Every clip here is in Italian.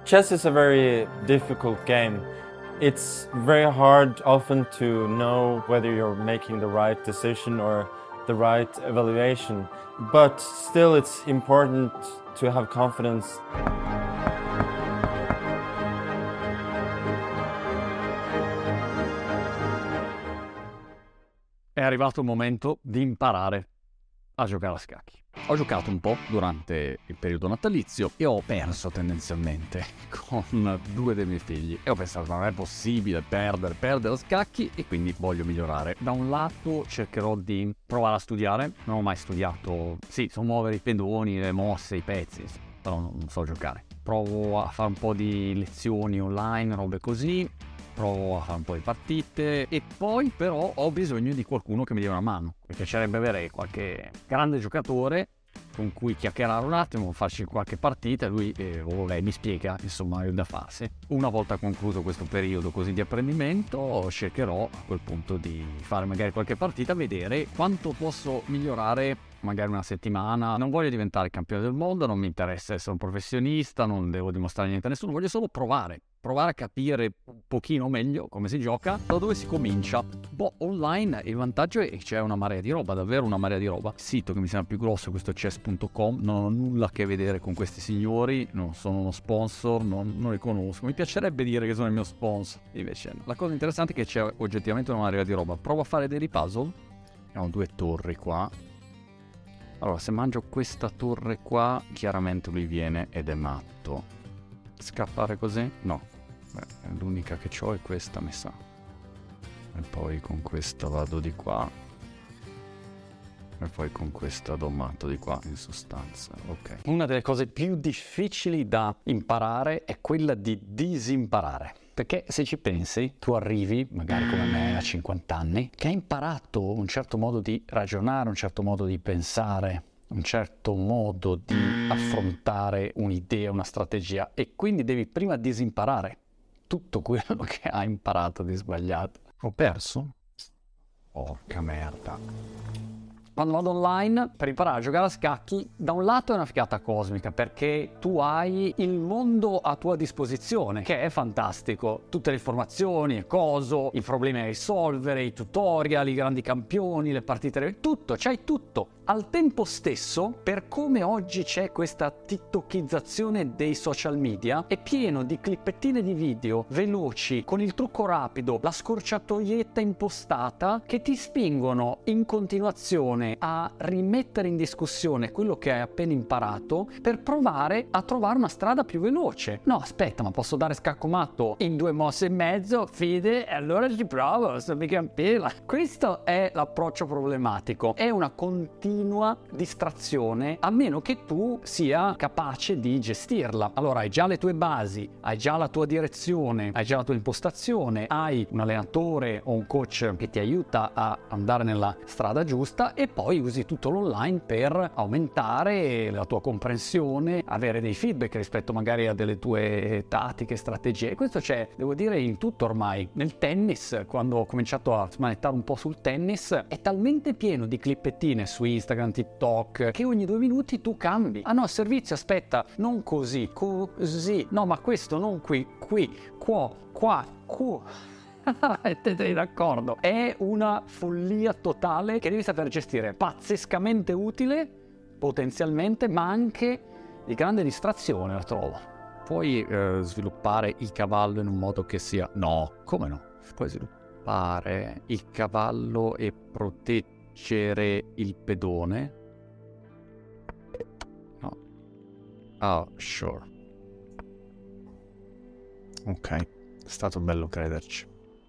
Chess is a very difficult game. It's very hard often to know whether you're making the right decision or the right evaluation, but still it's important to have confidence. È arrivato il momento di imparare a giocare a scacchi. Ho giocato un po' durante il periodo natalizio e ho perso tendenzialmente con 2 dei miei figli e ho pensato non è possibile perdere a scacchi e quindi voglio migliorare. Da un lato cercherò di provare a studiare, non ho mai studiato, sì, so muovere i pedoni, le mosse, i pezzi, però non so giocare. Provo a fare un po' di lezioni online, robe così, provo a fare un po' di partite e poi però ho bisogno di qualcuno che mi dia una mano. Mi piacerebbe avere qualche grande giocatore con cui chiacchierare un attimo, farci qualche partita e lui o lei mi spiega insomma il da farsi. Una volta concluso questo periodo così di apprendimento cercherò a quel punto di fare magari qualche partita, vedere quanto posso migliorare magari una settimana. Non voglio diventare campione del mondo, non mi interessa essere un professionista, non devo dimostrare niente a nessuno, voglio solo provare a capire un pochino meglio come si gioca, da dove si comincia. Online il vantagglo è che c'è una marea di roba, davvero una marea di roba. Il sito che mi sembra più grosso è questo chess.com, non ho nulla a che vedere con questi signori, non sono uno sponsor, non li conosco. Mi piacerebbe dire che sono il mio sponsor, invece no. La cosa interessante è che c'è oggettivamente una marea di roba. Provo a fare dei puzzle. Ho 2 torri qua. Allora, se mangio questa torre qua, chiaramente lui viene ed è matto. Scappare così? No. L'unica che ho è questa, mi sa. E poi con questa vado di qua. E poi con questa do matto di qua, in sostanza. Ok. Una delle cose più difficili da imparare è quella di disimparare. Perché se ci pensi, tu arrivi, magari come me a 50 anni, che hai imparato un certo modo di ragionare, un certo modo di pensare, un certo modo di affrontare un'idea, una strategia, e quindi devi prima disimparare tutto quello che hai imparato di sbagliato. Ho perso? Porca merda. Quando vado online per imparare a giocare a scacchi, da un lato è una figata cosmica perché tu hai il mondo a tua disposizione, che è fantastico. Tutte le informazioni, il coso, i problemi da risolvere, i tutorial, i grandi campioni, le partite, tutto, c'hai tutto. Al tempo stesso, per come oggi c'è questa tiktokizzazione dei social media, è pieno di clippettine di video veloci, con il trucco rapido, la scorciatoietta impostata, che ti spingono in continuazione a rimettere in discussione quello che hai appena imparato per provare a trovare una strada più veloce. No, aspetta, ma posso dare scacco matto in 2 mosse e mezzo, fide, e allora ci provo, sto mica in pila. Questo è l'approccio problematico, è una continua distrazione, a meno che tu sia capace di gestirla. Allora hai già le tue basi, hai già la tua direzione, hai già la tua impostazione, hai un allenatore o un coach che ti aiuta a andare nella strada giusta e poi usi tutto l'online per aumentare la tua comprensione, avere dei feedback rispetto magari a delle tue tattiche, strategie. Questo c'è, devo dire, in tutto ormai. Nel tennis, quando ho cominciato a smanettare un po' sul tennis, è talmente pieno di clippettine su Instagram, TikTok, che ogni 2 minuti tu cambi. Ah no, servizio, aspetta, non così, così. No, ma questo non qui, qua. Mettete d'accordo. È una follia totale che devi saper gestire. Pazzescamente utile, potenzialmente, ma anche di grande distrazione, la trovo. Puoi sviluppare il cavallo in un modo che sia... No, come no? Puoi sviluppare il cavallo e proteggere il pedone? No. Oh, sure. Ok, è stato bello crederci.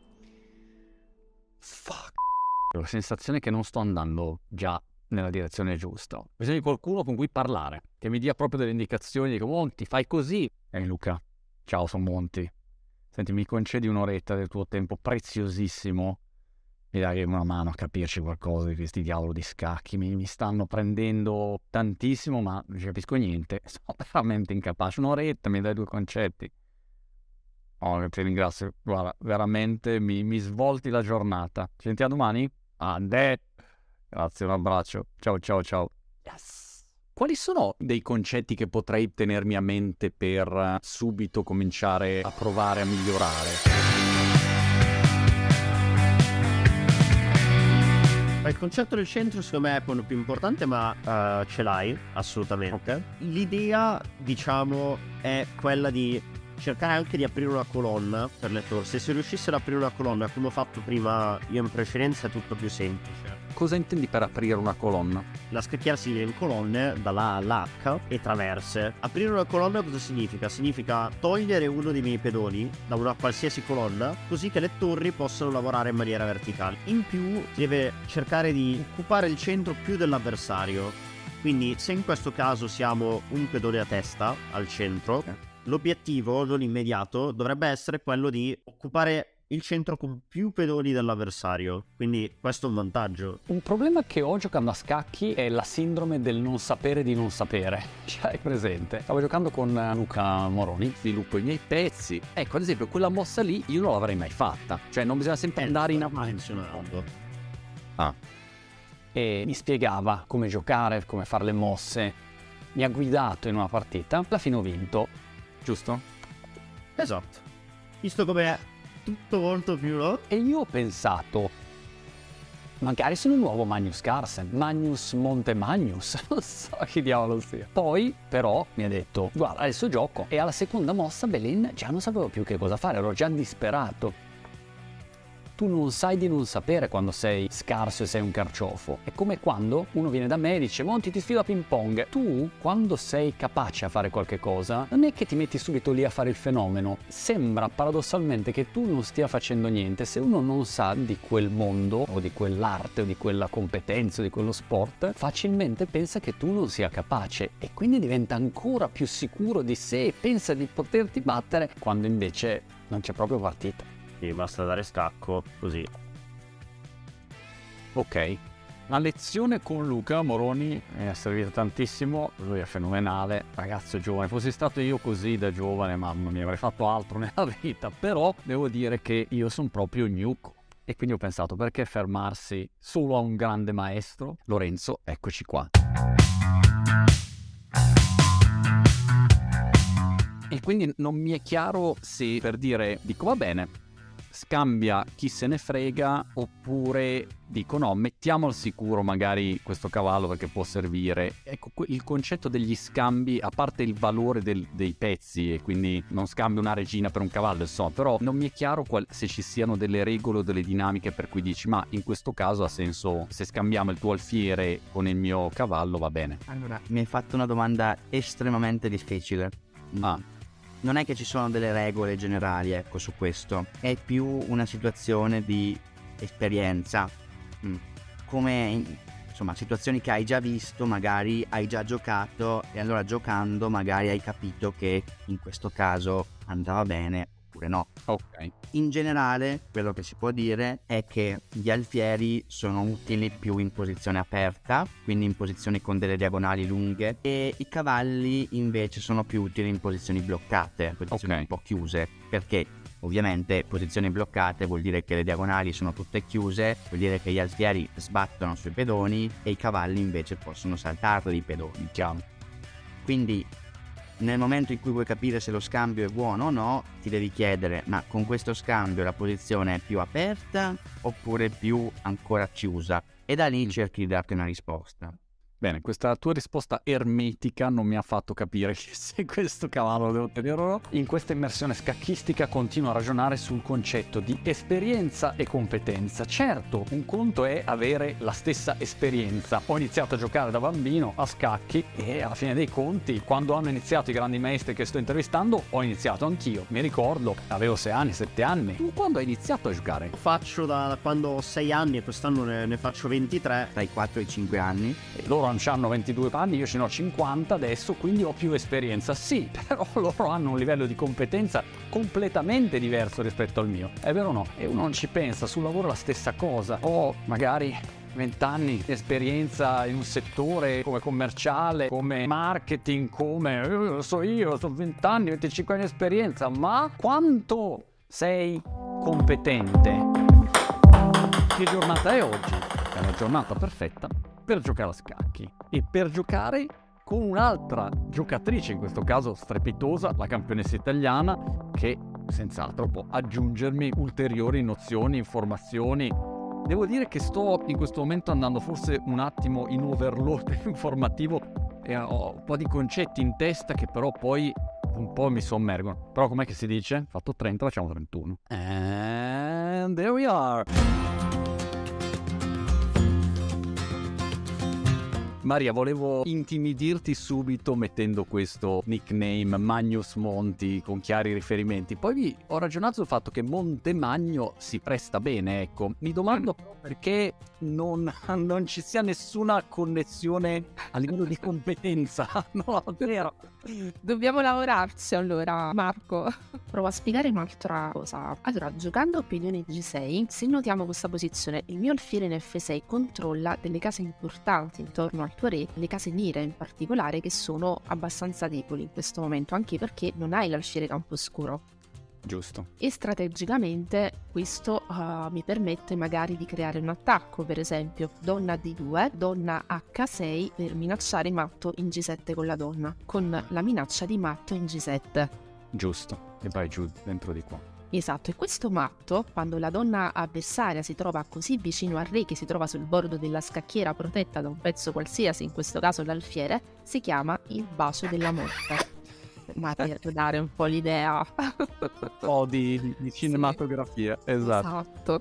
Fuck. Ho la sensazione che non sto andando già nella direzione giusta. Ho bisogno di qualcuno con cui parlare, che mi dia proprio delle indicazioni, dico Monti, fai così. Luca, ciao, sono Monti. Senti, mi concedi un'oretta del tuo tempo preziosissimo? Mi dai una mano a capirci qualcosa di questi diavolo di scacchi? Mi stanno prendendo tantissimo, ma non ci capisco niente. Sono veramente incapace. Un'oretta, mi dai 2 concetti. Oh, ti ringrazio, guarda, veramente mi svolti la giornata. Ci sentiamo domani? Grazie, un abbraccio. Ciao. Yes! Quali sono dei concetti che potrei tenermi a mente per subito cominciare a provare a migliorare? Il concetto del centro secondo me è quello più importante, ma ce l'hai assolutamente. Ok. L'idea, diciamo, è quella di cercare anche di aprire una colonna per le torse. Se riuscisse ad aprire una colonna, come ho fatto prima io in precedenza, è tutto più semplice. Cosa intendi per aprire una colonna? La scacchiera si divide in colonne, dalla A all'H e traverse. Aprire una colonna cosa significa? Significa togliere uno dei miei pedoni da una qualsiasi colonna, così che le torri possano lavorare in maniera verticale. In più si deve cercare di occupare il centro più dell'avversario. Quindi se in questo caso siamo un pedone a testa al centro, l'obiettivo non immediato dovrebbe essere quello di occupare il centro con più pedoni dell'avversario, quindi questo è un vantaggio. Un problema che ho giocando a scacchi è la sindrome del non sapere di non sapere. C'hai presente? Stavo giocando con Luca Moroni, sviluppo i miei pezzi. Ecco, ad esempio, quella mossa lì io non l'avrei mai fatta. Cioè, non bisogna sempre andare in avanti. E mi spiegava come giocare, come fare le mosse. Mi ha guidato in una partita. Alla fine ho vinto. Giusto? Esatto. Visto com'è tutto molto più, no? E io ho pensato, magari sono un nuovo Magnus Carlsen, Magnus Montemagnus, non so chi diavolo sia. Poi però mi ha detto, guarda adesso gioco, e alla seconda mossa Belen già non sapevo più che cosa fare, ero già disperato. Tu non sai di non sapere quando sei scarso e sei un carciofo. È come quando uno viene da me e dice Monti ti sfido a ping pong. Tu quando sei capace a fare qualche cosa non è che ti metti subito lì a fare il fenomeno. Sembra paradossalmente che tu non stia facendo niente. Se uno non sa di quel mondo o di quell'arte o di quella competenza o di quello sport, facilmente pensa che tu non sia capace e quindi diventa ancora più sicuro di sé e pensa di poterti battere quando invece non c'è proprio partita. Sì, basta dare scacco, così. Ok, la lezione con Luca Moroni mi è servita tantissimo, lui è fenomenale, ragazzo giovane, fossi stato io così da giovane, mamma mia, avrei fatto altro nella vita, però devo dire che io sono proprio gnucco. E quindi ho pensato, perché fermarsi solo a un grande maestro? Lorenzo, eccoci qua. E quindi non mi è chiaro se per dire, dico va bene, scambia chi se ne frega, oppure dico no, mettiamo al sicuro magari questo cavallo perché può servire. Ecco, il concetto degli scambi, a parte il valore dei pezzi, e quindi non scambio una regina per un cavallo, insomma, però non mi è chiaro se ci siano delle regole o delle dinamiche per cui dici ma in questo caso ha senso, se scambiamo il tuo alfiere con il mio cavallo va bene. Allora, mi hai fatto una domanda estremamente difficile. Non è che ci sono delle regole generali, ecco, su questo. È più una situazione di esperienza. Come, insomma, situazioni che hai già visto, magari hai già giocato, e allora giocando magari hai capito che in questo caso andava bene oppure no. Ok. In generale, quello che si può dire è che gli alfieri sono utili più in posizione aperta, quindi in posizioni con delle diagonali lunghe, e i cavalli invece sono più utili in posizioni bloccate, posizioni un po' chiuse, perché ovviamente posizioni bloccate vuol dire che le diagonali sono tutte chiuse, vuol dire che gli alfieri sbattono sui pedoni e i cavalli invece possono saltare dei pedoni, chiaro. Quindi nel momento in cui vuoi capire se lo scambio è buono o no, ti devi chiedere, ma con questo scambio la posizione è più aperta oppure più ancora chiusa? E da lì cerchi di darti una risposta. Bene, questa tua risposta ermetica non mi ha fatto capire se questo cavallo lo devo tenere o no. In questa immersione scacchistica continuo a ragionare sul concetto di esperienza e competenza. Certo, un conto è avere la stessa esperienza. Ho iniziato a giocare da bambino a scacchi e alla fine dei conti, quando hanno iniziato i grandi maestri che sto intervistando, ho iniziato anch'io. Mi ricordo, avevo 6 anni, 7 anni. Tu quando hai iniziato a giocare? Faccio da quando ho 6 anni e quest'anno ne faccio 23. Dai 4 ai 5 anni. E loro hanno 22 anni, io ce ne ho 50 adesso, quindi ho più esperienza. Sì, però loro hanno un livello di competenza completamente diverso rispetto al mio. È vero o no? E uno non ci pensa, sul lavoro la stessa cosa. Ho magari 20 anni di esperienza in un settore come commerciale, come marketing, come lo so io, sono 20 anni, 25 anni di esperienza, ma quanto sei competente? Che giornata è oggi? È una giornata perfetta per giocare a scacchi. E per giocare con un'altra giocatrice, in questo caso strepitosa, la campionessa italiana, che senz'altro può aggiungermi ulteriori nozioni, informazioni. Devo dire che sto in questo momento andando forse un attimo in overload informativo e ho un po' di concetti in testa che però poi un po' mi sommergono. Però com'è che si dice? Fatto 30, facciamo 31. And there we are. Maria, volevo intimidirti subito mettendo questo nickname Magnus Monti con chiari riferimenti. Poi ho ragionato sul fatto che Monte Magno si presta bene, ecco. Mi domando però perché non ci sia nessuna connessione a livello di competenza. No, vero. Dobbiamo lavorarci allora, Marco. Provo a spiegare un'altra cosa. Allora, giocando opinione G6, se notiamo questa posizione, il mio alfiere in F6 controlla delle case importanti intorno al tuo re, le case nere in particolare, che sono abbastanza deboli in questo momento, anche perché non hai l'alfiere camposcuro. Giusto. E strategicamente questo mi permette magari di creare un attacco, per esempio donna D2, donna H6 per minacciare matto in G7 con la donna, con la minaccia di matto in G7. Giusto. E vai giù dentro di qua. Esatto, e questo matto, quando la donna avversaria si trova così vicino al re che si trova sul bordo della scacchiera protetta da un pezzo qualsiasi, in questo caso l'alfiere, si chiama il bacio della morte. Ma per dare un po' l'idea. Un po' di cinematografia, esatto.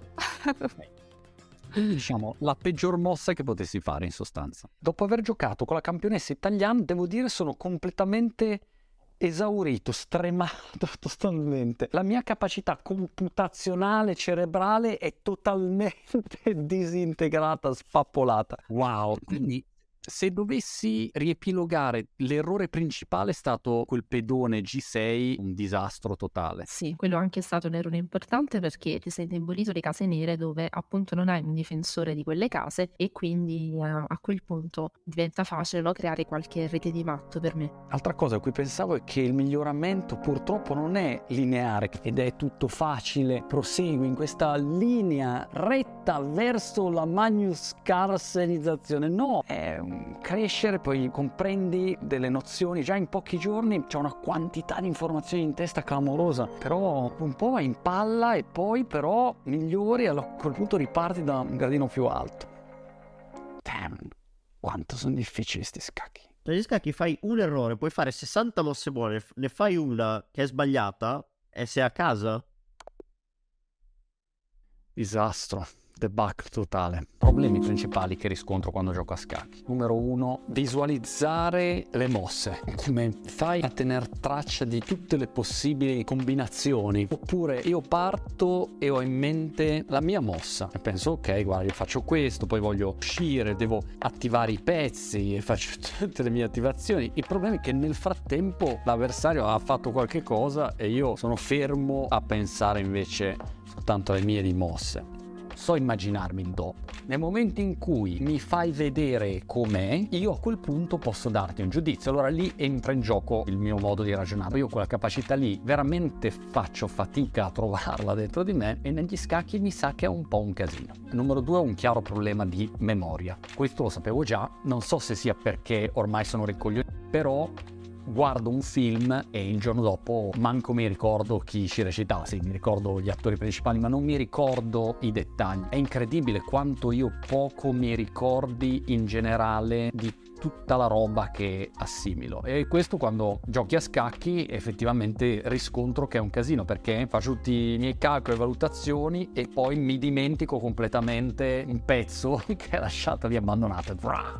Quindi diciamo la peggior mossa che potessi fare in sostanza. Dopo aver giocato con la campionessa italiana, devo dire sono completamente esaurito, stremato totalmente. La mia capacità computazionale cerebrale è totalmente disintegrata, spappolata. Wow, quindi se dovessi riepilogare, l'errore principale è stato quel pedone G6, un disastro totale. Sì, quello è anche stato un errore importante perché ti sei indebolito le case nere dove appunto non hai un difensore di quelle case e quindi a quel punto diventa facile, no, creare qualche rete di matto per me. Altra cosa a cui pensavo è che il miglioramento purtroppo non è lineare ed è tutto facile, prosegui in questa linea retta verso la Magnus Carlsenizzazione. No, è crescere, poi comprendi delle nozioni, già in pochi giorni c'è una quantità di informazioni in testa clamorosa, però un po' vai in palla e poi però migliori e a quel punto riparti da un gradino più alto. Damn, quanto sono difficili sti scacchi. Negli scacchi fai un errore, puoi fare 60 mosse buone, ne fai una che è sbagliata e sei a casa. Disastro. Debug totale. Problemi principali che riscontro quando gioco a scacchi. Numero 1, visualizzare le mosse. Come fai a tener traccia di tutte le possibili combinazioni? Oppure io parto e ho in mente la mia mossa e penso ok, guarda, io faccio questo, poi voglio uscire, devo attivare i pezzi e faccio tutte le mie attivazioni. Il problema è che nel frattempo l'avversario ha fatto qualche cosa e io sono fermo a pensare invece soltanto alle mie di mosse. So immaginarmi il dopo. Nel momento in cui mi fai vedere com'è, io a quel punto posso darti un giudizio. Allora lì entra in gioco il mio modo di ragionare. Io quella capacità lì veramente faccio fatica a trovarla dentro di me e negli scacchi mi sa che è un po' un casino. Numero 2, un chiaro problema di memoria. Questo lo sapevo già, non so se sia perché ormai sono ricoglionito, però guardo un film e il giorno dopo manco mi ricordo chi ci recitava. Sì, mi ricordo gli attori principali, ma non mi ricordo i dettagli. È incredibile quanto io poco mi ricordi in generale di tutta la roba che assimilo, e questo quando giochi a scacchi effettivamente riscontro che è un casino, perché faccio tutti i miei calcoli e valutazioni e poi mi dimentico completamente un pezzo che è lasciato lì abbandonato.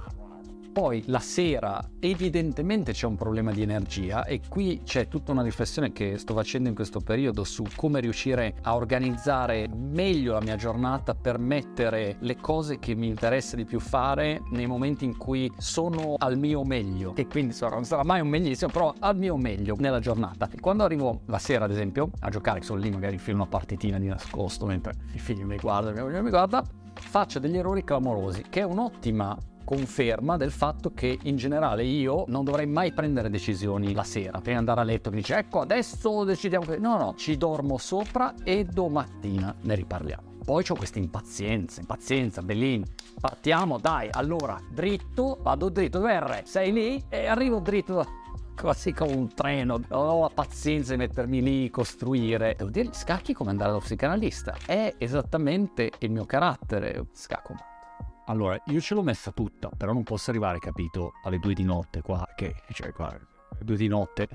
Poi la sera evidentemente c'è un problema di energia e qui c'è tutta una riflessione che sto facendo in questo periodo su come riuscire a organizzare meglio la mia giornata per mettere le cose che mi interessa di più fare nei momenti in cui sono al mio meglio, e quindi non sarà mai un meglissimo, però al mio meglio nella giornata. E quando arrivo la sera ad esempio a giocare, che sono lì magari filo una partitina di nascosto mentre i figli mi guardano, mia moglie mi guarda, faccio degli errori clamorosi, che è un'ottima conferma del fatto che in generale io non dovrei mai prendere decisioni la sera prima di andare a letto, che dice ecco adesso decidiamo che no, ci dormo sopra e domattina ne riparliamo. Poi c'ho questa impazienza, Bellin. Partiamo, dai, allora, dritto, vado dritto, dove R? Sei lì? E arrivo dritto, quasi come un treno. Non ho la pazienza di mettermi lì, costruire. Devo dire, gli scacchi come andare allo psicanalista. È esattamente il mio carattere, scacco. Allora, io ce l'ho messa tutta, però non posso arrivare, capito, alle 2 di notte qua, alle 2 di notte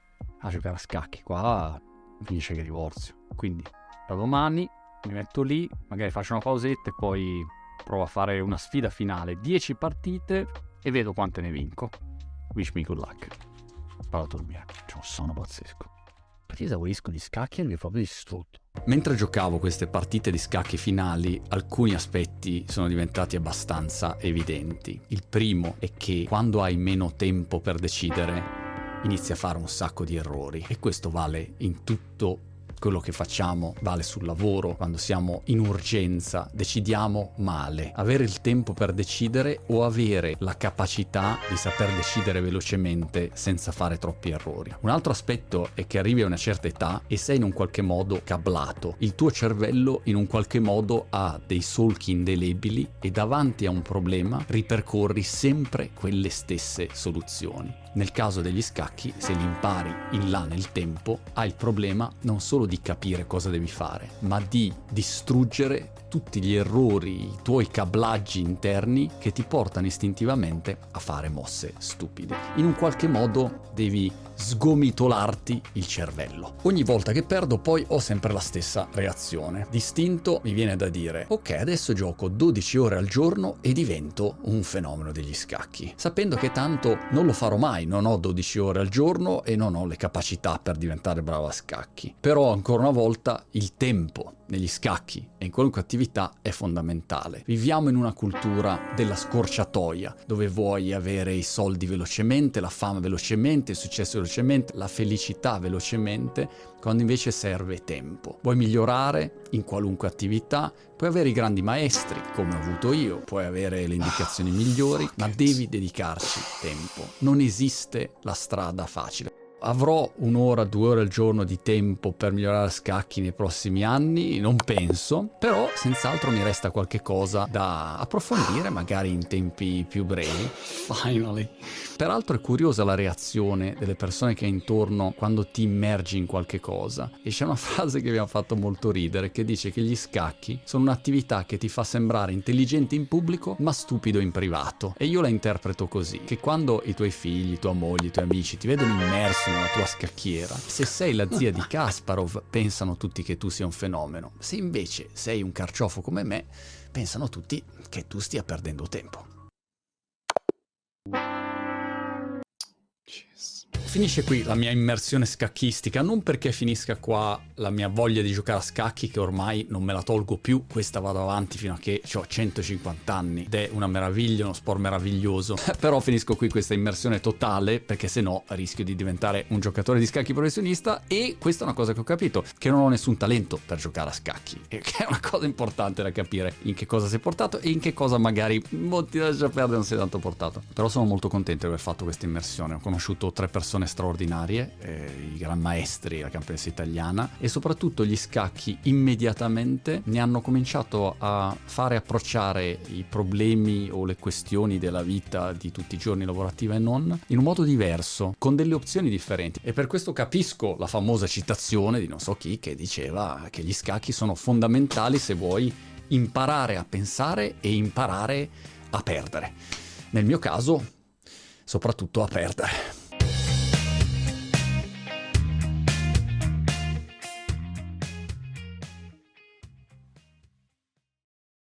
a giocare a scacchi, qua finisce che divorzio. Quindi, da domani mi metto lì, magari faccio una pausetta e poi provo a fare una sfida finale, 10 partite e vedo quante ne vinco. Wish me good luck. Vado a dormire, c'ho un sonno pazzesco. Perché esaurisco gli scacchi e mi è proprio distrutto. Mentre giocavo queste partite di scacchi finali, alcuni aspetti sono diventati abbastanza evidenti. Il primo è che quando hai meno tempo per decidere, inizi a fare un sacco di errori, e questo vale in tutto quello che facciamo, vale sul lavoro, quando siamo in urgenza, decidiamo male. Avere il tempo per decidere o avere la capacità di saper decidere velocemente senza fare troppi errori. Un altro aspetto è che arrivi a una certa età e sei in un qualche modo cablato. Il tuo cervello in un qualche modo ha dei solchi indelebili e davanti a un problema ripercorri sempre quelle stesse soluzioni. Nel caso degli scacchi, se li impari in là nel tempo, hai il problema non solo di capire cosa devi fare, ma di distruggere tutti gli errori, i tuoi cablaggi interni che ti portano istintivamente a fare mosse stupide. In un qualche modo devi sgomitolarti il cervello. Ogni volta che perdo poi ho sempre la stessa reazione. D'istinto mi viene da dire: ok, adesso gioco 12 ore al giorno e divento un fenomeno degli scacchi, sapendo che tanto non lo farò mai, non ho 12 ore al giorno e non ho le capacità per diventare bravo a scacchi. Però ancora una volta il tempo negli scacchi e in qualunque attività è fondamentale. Viviamo in una cultura della scorciatoia, dove vuoi avere i soldi velocemente, la fama velocemente, il successo velocemente, la felicità velocemente, quando invece serve tempo. Vuoi migliorare in qualunque attività, puoi avere i grandi maestri, come ho avuto io, puoi avere le indicazioni migliori, ma devi dedicarci tempo. Non esiste la strada facile. Avrò 1 ora, 2 ore al giorno di tempo per migliorare a scacchi nei prossimi anni? Non penso, però senz'altro mi resta qualche cosa da approfondire, magari in tempi più brevi. Finally. Peraltro è curiosa la reazione delle persone che hai intorno quando ti immergi in qualche cosa. E c'è una frase che mi ha fatto molto ridere, che dice che gli scacchi sono un'attività che ti fa sembrare intelligente in pubblico ma stupido in privato. E io la interpreto così, che quando i tuoi figli, tua moglie, i tuoi amici ti vedono immerso nella tua scacchiera, se sei la zia di Kasparov pensano tutti che tu sia un fenomeno, se invece sei un carciofo come me pensano tutti che tu stia perdendo tempo. Finisce qui la mia immersione scacchistica, non perché finisca qua la mia voglia di giocare a scacchi, che ormai non me la tolgo più, questa vado avanti fino a che ho 150 anni ed è una meraviglia, uno sport meraviglioso. Però finisco qui questa immersione totale, perché se no rischio di diventare un giocatore di scacchi professionista, e questa è una cosa che ho capito, che non ho nessun talento per giocare a scacchi, e che è una cosa importante da capire, in che cosa sei portato e in che cosa magari ti lascia perdere, non sei tanto portato. Però sono molto contento di aver fatto questa immersione, ho conosciuto 3 persone straordinarie, i gran maestri, la campionessa italiana, e soprattutto gli scacchi immediatamente mi hanno cominciato a fare approcciare i problemi o le questioni della vita di tutti i giorni, lavorativa e non, in un modo diverso, con delle opzioni differenti. E per questo capisco la famosa citazione di non so chi che diceva che gli scacchi sono fondamentali se vuoi imparare a pensare e imparare a perdere. Nel mio caso soprattutto a perdere.